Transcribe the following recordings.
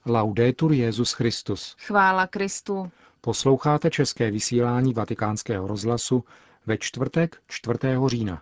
Laudetur Jesus Christus. Chvála Kristu. Posloucháte české vysílání Vatikánského rozhlasu ve čtvrtek 4. října.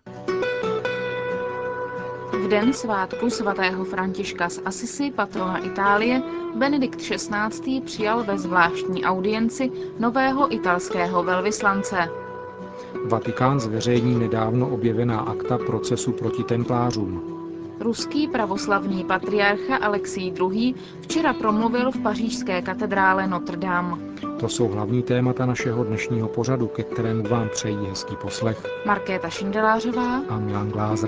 V den svátku svatého Františka z Assisi, patrona Itálie, Benedikt XVI. Přijal ve zvláštní audienci nového italského velvyslance. Vatikán zveřejní nedávno objevená akta procesu proti templářům. Ruský pravoslavný patriarcha Alexij II. Včera promluvil v pařížské katedrále Notre Dame. To jsou hlavní témata našeho dnešního pořadu, ke kterému vám přejí hezký poslech Markéta Šindelářová a Milan Glázer.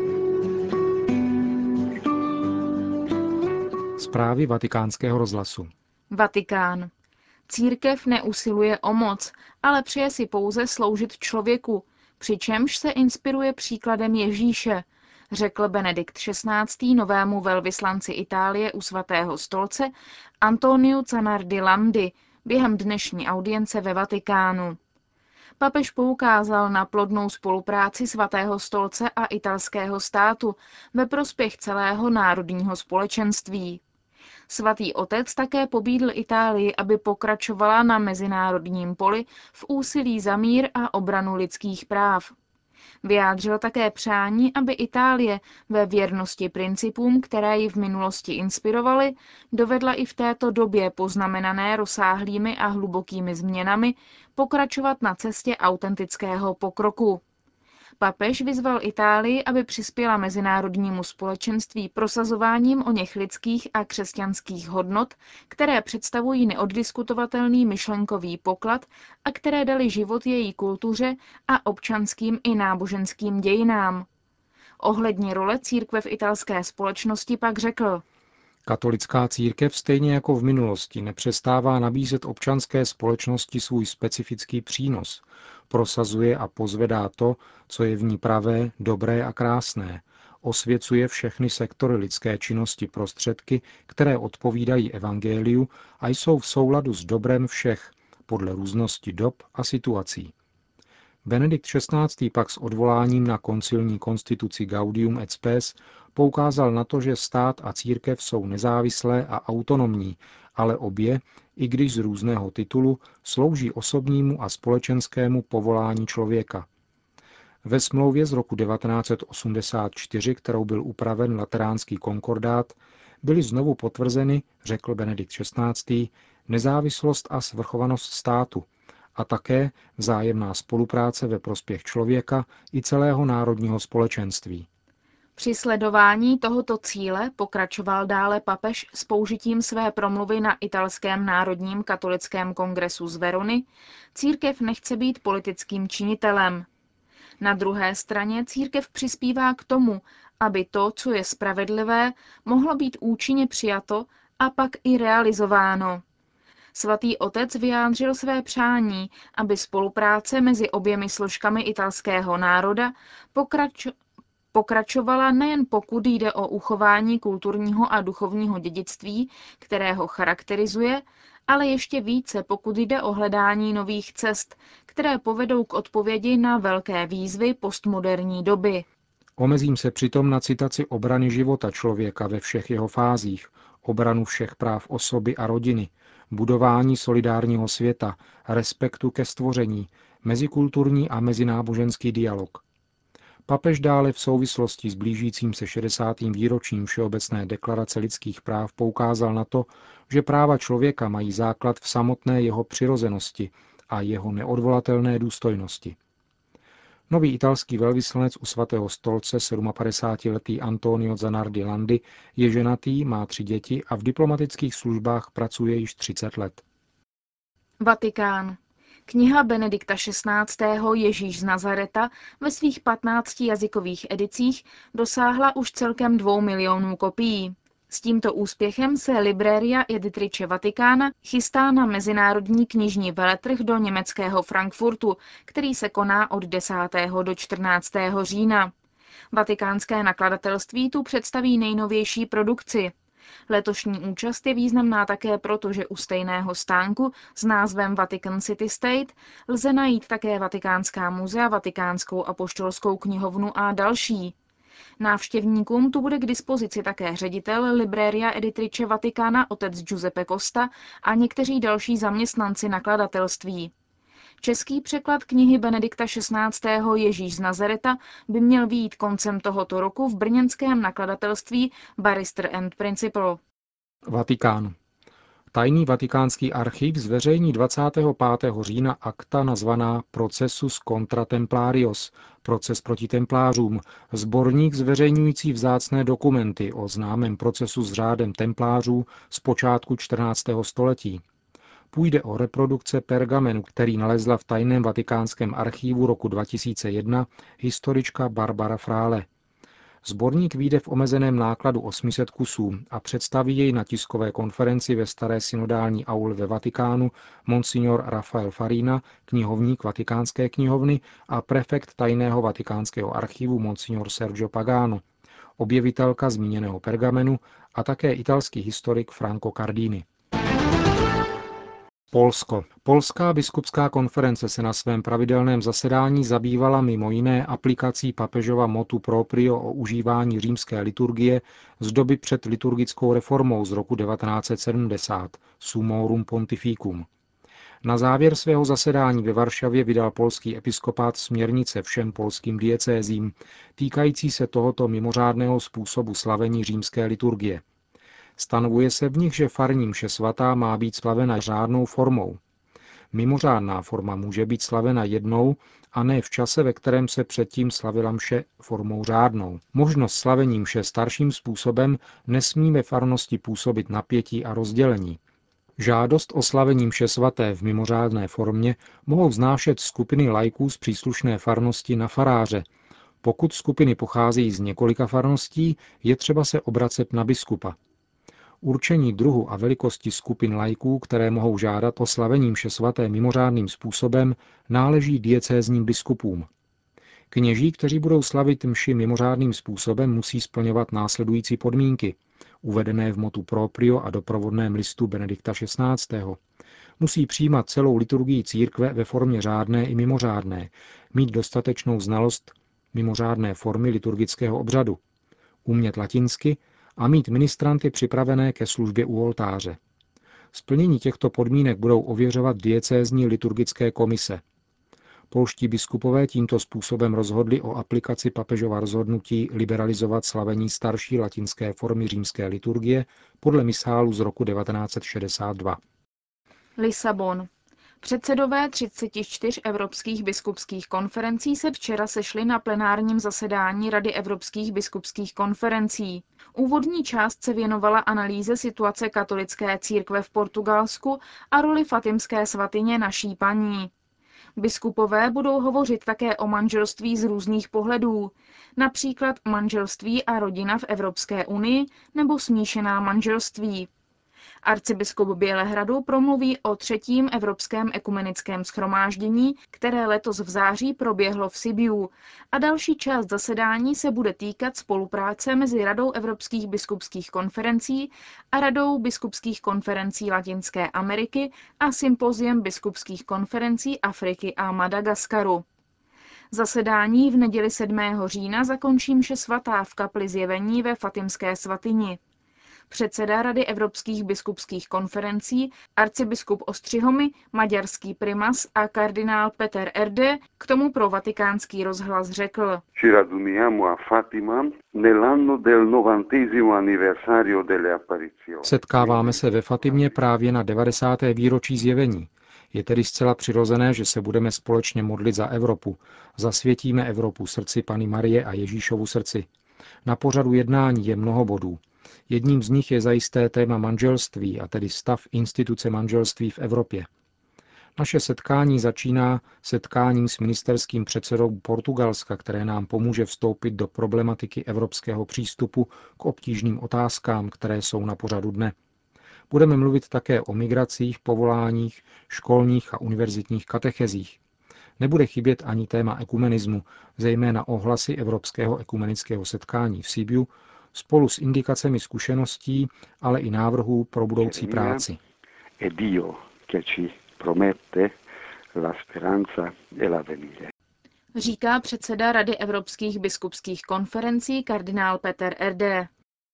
Zprávy Vatikánského rozhlasu. Vatikán. Církev neusiluje o moc, ale přeje si pouze sloužit člověku, přičemž se inspiruje příkladem Ježíše, řekl Benedikt XVI. Novému velvyslanci Itálie u svatého stolce Antoniu Zanardi Landi během dnešní audience ve Vatikánu. Papež poukázal na plodnou spolupráci svatého stolce a italského státu ve prospěch celého národního společenství. Svatý otec také pobídl Itálii, aby pokračovala na mezinárodním poli v úsilí za mír a obranu lidských práv. Vyjádřil také přání, aby Itálie ve věrnosti principům, které ji v minulosti inspirovaly, dovedla i v této době poznamenané rozsáhlými a hlubokými změnami pokračovat na cestě autentického pokroku. Papež vyzval Itálii, aby přispěla mezinárodnímu společenství prosazováním oněch lidských a křesťanských hodnot, které představují neoddiskutovatelný myšlenkový poklad a které dali život její kultuře a občanským i náboženským dějinám. Ohledně role církve v italské společnosti pak řekl: Katolická církev stejně jako v minulosti nepřestává nabízet občanské společnosti svůj specifický přínos. Prosazuje a pozvedá to, co je v ní pravé, dobré a krásné. Osvěcuje všechny sektory lidské činnosti prostředky, které odpovídají evangeliu a jsou v souladu s dobrem všech, podle různosti dob a situací. Benedikt XVI. Pak s odvoláním na koncilní konstituci Gaudium et Spes poukázal na to, že stát a církev jsou nezávislé a autonomní, ale obě, i když z různého titulu, slouží osobnímu a společenskému povolání člověka. Ve smlouvě z roku 1984, kterou byl upraven Lateránský konkordát, byly znovu potvrzeny, řekl Benedikt XVI., nezávislost a svrchovanost státu, a také vzájemná spolupráce ve prospěch člověka i celého národního společenství. Při sledování tohoto cíle pokračoval dále papež s použitím své promluvy na italském národním katolickém kongresu z Verony. Církev nechce být politickým činitelem. Na druhé straně církev přispívá k tomu, aby to, co je spravedlivé, mohlo být účinně přijato a pak i realizováno. Svatý otec vyjádřil své přání, aby spolupráce mezi oběmi složkami italského národa pokračovala nejen pokud jde o uchování kulturního a duchovního dědictví, které ho charakterizuje, ale ještě více pokud jde o hledání nových cest, které povedou k odpovědi na velké výzvy postmoderní doby. Omezím se přitom na citaci obrany života člověka ve všech jeho fázích, obranu všech práv osoby a rodiny, budování solidárního světa, respektu ke stvoření, mezikulturní a mezináboženský dialog. Papež dále v souvislosti s blížícím se 60. výročím Všeobecné deklarace lidských práv poukázal na to, že práva člověka mají základ v samotné jeho přirozenosti a jeho neodvolatelné důstojnosti. Nový italský velvyslanec u svatého stolce, 57letý Antonio Zanardi Landi, je ženatý, má 3 děti a v diplomatických službách pracuje již 30 let. Vatikán. Kniha Benedikta XVI. Ježíš z Nazareta ve svých 15 jazykových edicích dosáhla už celkem 2 milionů kopií. S tímto úspěchem se Libreria Editrice Vatikána chystá na mezinárodní knižní veletrh do německého Frankfurtu, který se koná od 10. do 14. října. Vatikánské nakladatelství tu představí nejnovější produkci. Letošní účast je významná také proto, že u stejného stánku s názvem Vatican City State lze najít také Vatikánská muzea, Vatikánskou apoštolskou knihovnu a další. Návštěvníkům tu bude k dispozici také ředitel Libreria Editrice Vaticana otec Giuseppe Costa a někteří další zaměstnanci nakladatelství. Český překlad knihy Benedikta XVI. Ježíš z Nazareta by měl vyjít koncem tohoto roku v brněnském nakladatelství Barrister and Principal. Vatikán. Tajný vatikánský archiv zveřejní 25. října akta nazvaná Processus contra templarios, proces proti templářům, sborník zveřejňující vzácné dokumenty o známém procesu s řádem templářů z počátku 14. století. Půjde o reprodukce pergamenu, který nalezla v tajném vatikánském archivu roku 2001 historička Barbara Frále. Sborník vyjde v omezeném nákladu 800 kusů a představí jej na tiskové konferenci ve staré synodální aule ve Vatikánu monsignor Rafael Farina, knihovník Vatikánské knihovny a prefekt tajného vatikánského archivu monsignor Sergio Pagano, objevitelka zmíněného pergamenu a také italský historik Franco Cardini. Polsko. Polská biskupská konference se na svém pravidelném zasedání zabývala mimo jiné aplikací papežova motu proprio o užívání římské liturgie z doby před liturgickou reformou z roku 1970, Summorum Pontificum. Na závěr svého zasedání ve Varšavě vydal polský episkopát směrnice všem polským diecézím týkající se tohoto mimořádného způsobu slavení římské liturgie. Stanovuje se v nich, že farní mše svatá má být slavena řádnou formou. Mimořádná forma může být slavena jednou a ne v čase, ve kterém se předtím slavila mše formou řádnou. Možnost slavení mše starším způsobem nesmí ve farnosti působit napětí a rozdělení. Žádost o slavení mše svaté v mimořádné formě mohou vznášet skupiny laiků z příslušné farnosti na faráře. Pokud skupiny pocházejí z několika farností, je třeba se obracet na biskupa. Určení druhu a velikosti skupin laiků, které mohou žádat o slavení mše svaté mimořádným způsobem, náleží diecézním biskupům. Kněží, kteří budou slavit mši mimořádným způsobem, musí splňovat následující podmínky, uvedené v motu proprio a doprovodném listu Benedikta XVI. Musí přijímat celou liturgii církve ve formě řádné i mimořádné, mít dostatečnou znalost mimořádné formy liturgického obřadu, umět latinsky a mít ministranty připravené ke službě u oltáře. Splnění těchto podmínek budou ověřovat diecézní liturgické komise. Polští biskupové tímto způsobem rozhodli o aplikaci papežova rozhodnutí liberalizovat slavení starší latinské formy římské liturgie podle misálu z roku 1962. Lisabon. Předsedové 34 evropských biskupských konferencí se včera sešli na plenárním zasedání Rady evropských biskupských konferencí. Úvodní část se věnovala analýze situace katolické církve v Portugalsku a roli fatimské svatyně Naší Paní. Biskupové budou hovořit také o manželství z různých pohledů, například manželství a rodina v Evropské unii nebo smíšená manželství. Arcibiskup Bělehradu promluví o 3. Evropském ekumenickém shromáždění, které letos v září proběhlo v Sibiu, a další část zasedání se bude týkat spolupráce mezi Radou evropských biskupských konferencí a Radou biskupských konferencí Latinské Ameriky a Sympoziem biskupských konferencí Afriky a Madagaskaru. Zasedání v neděli 7. října zakončí mše svatá v kapli Zjevení ve Fatimské svatyni. Předseda Rady evropských biskupských konferencí, arcibiskup Ostřihomy, maďarský primas a kardinál Peter Erde k tomu pro Vatikánský rozhlas řekl: Setkáváme se ve Fatimě právě na 90. výročí zjevení. Je tedy zcela přirozené, že se budeme společně modlit za Evropu. Zasvětíme Evropu srdci Panny Marie a Ježíšovu srdci. Na pořadu jednání je mnoho bodů. Jedním z nich je zajisté téma manželství, a tedy stav instituce manželství v Evropě. Naše setkání začíná setkáním s ministerským předsedou Portugalska, které nám pomůže vstoupit do problematiky evropského přístupu k obtížným otázkám, které jsou na pořadu dne. Budeme mluvit také o migracích, povoláních, školních a univerzitních katechezích. Nebude chybět ani téma ekumenismu, zejména ohlasy Evropského ekumenického setkání v Sibiu, spolu s indikacemi zkušeností, ale i návrhů pro budoucí práci. říká předseda Rady evropských biskupských konferencí kardinál Peter Erde.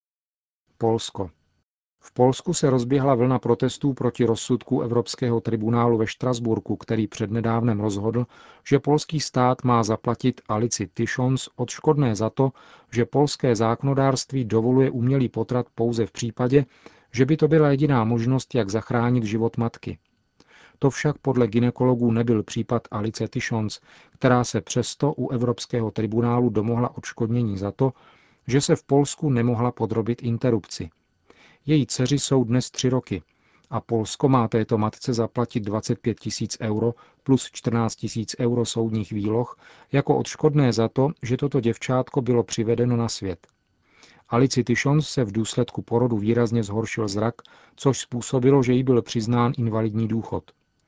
Polsko. V Polsku se rozběhla vlna protestů proti rozsudku Evropského tribunálu ve Štrasburku, který přednedávnem rozhodl, že polský stát má zaplatit Alici Tyszons odškodné za to, že polské zákonodárství dovoluje umělý potrat pouze v případě, že by to byla jediná možnost, jak zachránit život matky. To však podle gynekologů nebyl případ Alice Tyszons, která se přesto u Evropského tribunálu domohla odškodnění za to, že se v Polsku nemohla podrobit interrupci. Její dceři jsou dnes 3 roky a Polsko má této matce zaplatit 25 000 euro plus 14 000 euro soudních výloh jako odškodné za to, že toto děvčátko bylo přivedeno na svět. Alici Tyszons se v důsledku porodu výrazně zhoršil zrak, což způsobilo, že jí byl přiznán invalidní důchod.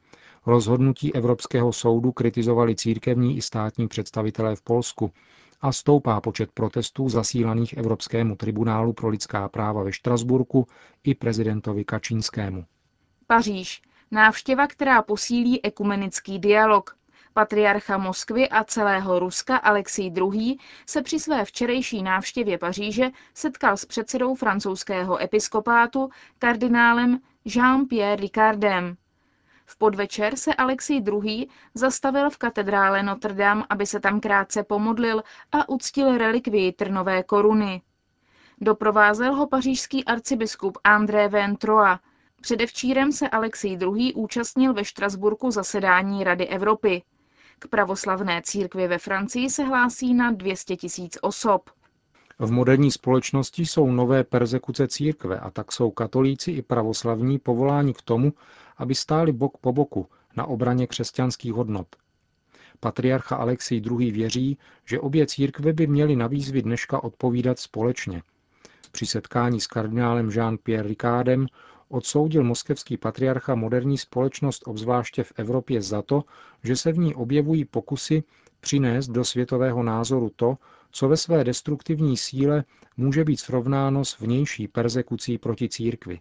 Rozhodnutí Evropského soudu kritizovali církevní i státní představitelé v Polsku a stoupá počet protestů zasílaných Evropskému tribunálu pro lidská práva ve Štrasburku i prezidentovi Kačínskému. Paříž. Návštěva, která posílí ekumenický dialog. Patriarcha Moskvy a celého Ruska Alexij II. Se při své včerejší návštěvě Paříže setkal s předsedou francouzského episkopátu kardinálem Jean-Pierre Ricardem. V podvečer se Alexij II. Zastavil v katedrále Notre Dame, aby se tam krátce pomodlil a uctil relikvii trnové koruny. Doprovázel ho pařížský arcibiskup André Vintroa. Předevčírem se Alexij II. Účastnil ve Štrasburku zasedání Rady Evropy. K pravoslavné církvi ve Francii se hlásí na 200 000 osob. V moderní společnosti jsou nové perzekuce církve a tak jsou katolíci i pravoslavní povoláni k tomu, aby stáli bok po boku na obraně křesťanských hodnot. Patriarcha Alexij II. Věří, že obě církve by měly na výzvy dneška odpovídat společně. Při setkání s kardinálem Jean-Pierre Ricardem odsoudil moskevský patriarcha moderní společnost obzvláště v Evropě za to, že se v ní objevují pokusy přinést do světového názoru to, co ve své destruktivní síle může být srovnáno s vnější perzekucí proti církvi.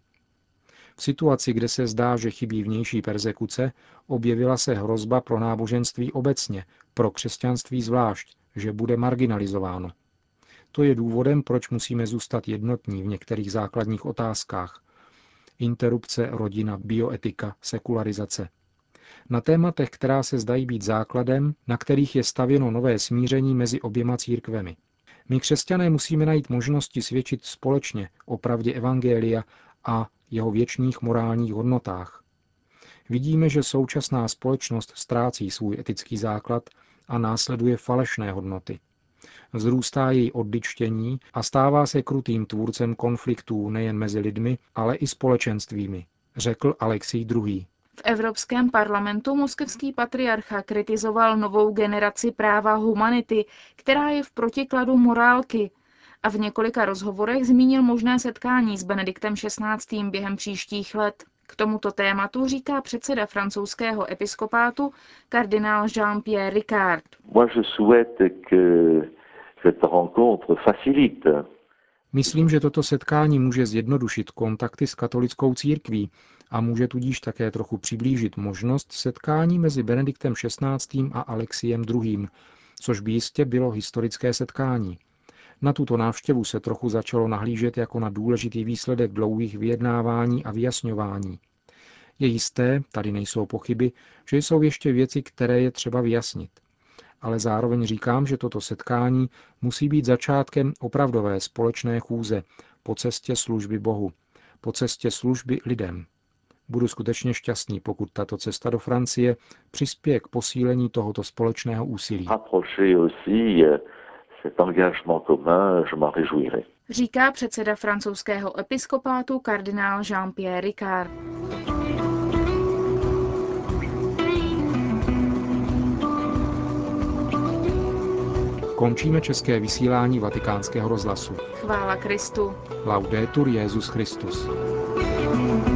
V situaci, kde se zdá, že chybí vnější perzekuce, objevila se hrozba pro náboženství obecně, pro křesťanství zvlášť, že bude marginalizováno. To je důvodem, proč musíme zůstat jednotní v některých základních otázkách. Interrupce, rodina, bioetika, sekularizace. Na tématech, která se zdají být základem, na kterých je stavěno nové smíření mezi oběma církvemi. My křesťané musíme najít možnosti svědčit společně o pravdě evangelia a jeho věčných morálních hodnotách. Vidíme, že současná společnost ztrácí svůj etický základ a následuje falešné hodnoty. Vzrůstá její oddyčtění a stává se krutým tvůrcem konfliktů nejen mezi lidmi, ale i společenstvími, řekl Alexij II. V Evropském parlamentu moskevský patriarcha kritizoval novou generaci práva humanity, která je v protikladu morálky, a v několika rozhovorech zmínil možné setkání s Benediktem XVI. Během příštích let. K tomuto tématu říká předseda francouzského episkopátu kardinál Jean-Pierre Ricard. Myslím, že toto setkání může zjednodušit kontakty s katolickou církví a může tudíž také trochu přiblížit možnost setkání mezi Benediktem XVI. A Alexijem II., což by jistě bylo historické setkání. Na tuto návštěvu se trochu začalo nahlížet jako na důležitý výsledek dlouhých vyjednávání a vyjasňování. Je jisté, tady nejsou pochyby, že jsou ještě věci, které je třeba vyjasnit. Ale zároveň říkám, že toto setkání musí být začátkem opravdové společné chůze po cestě služby Bohu, po cestě služby lidem. Budu skutečně šťastný, pokud tato cesta do Francie přispěje k posílení tohoto společného úsilí. Říká předseda francouzského episkopátu kardinál Jean-Pierre Ricard. Končíme české vysílání Vatikánského rozhlasu. Chvála Kristu. Laudetur Jesus Christus.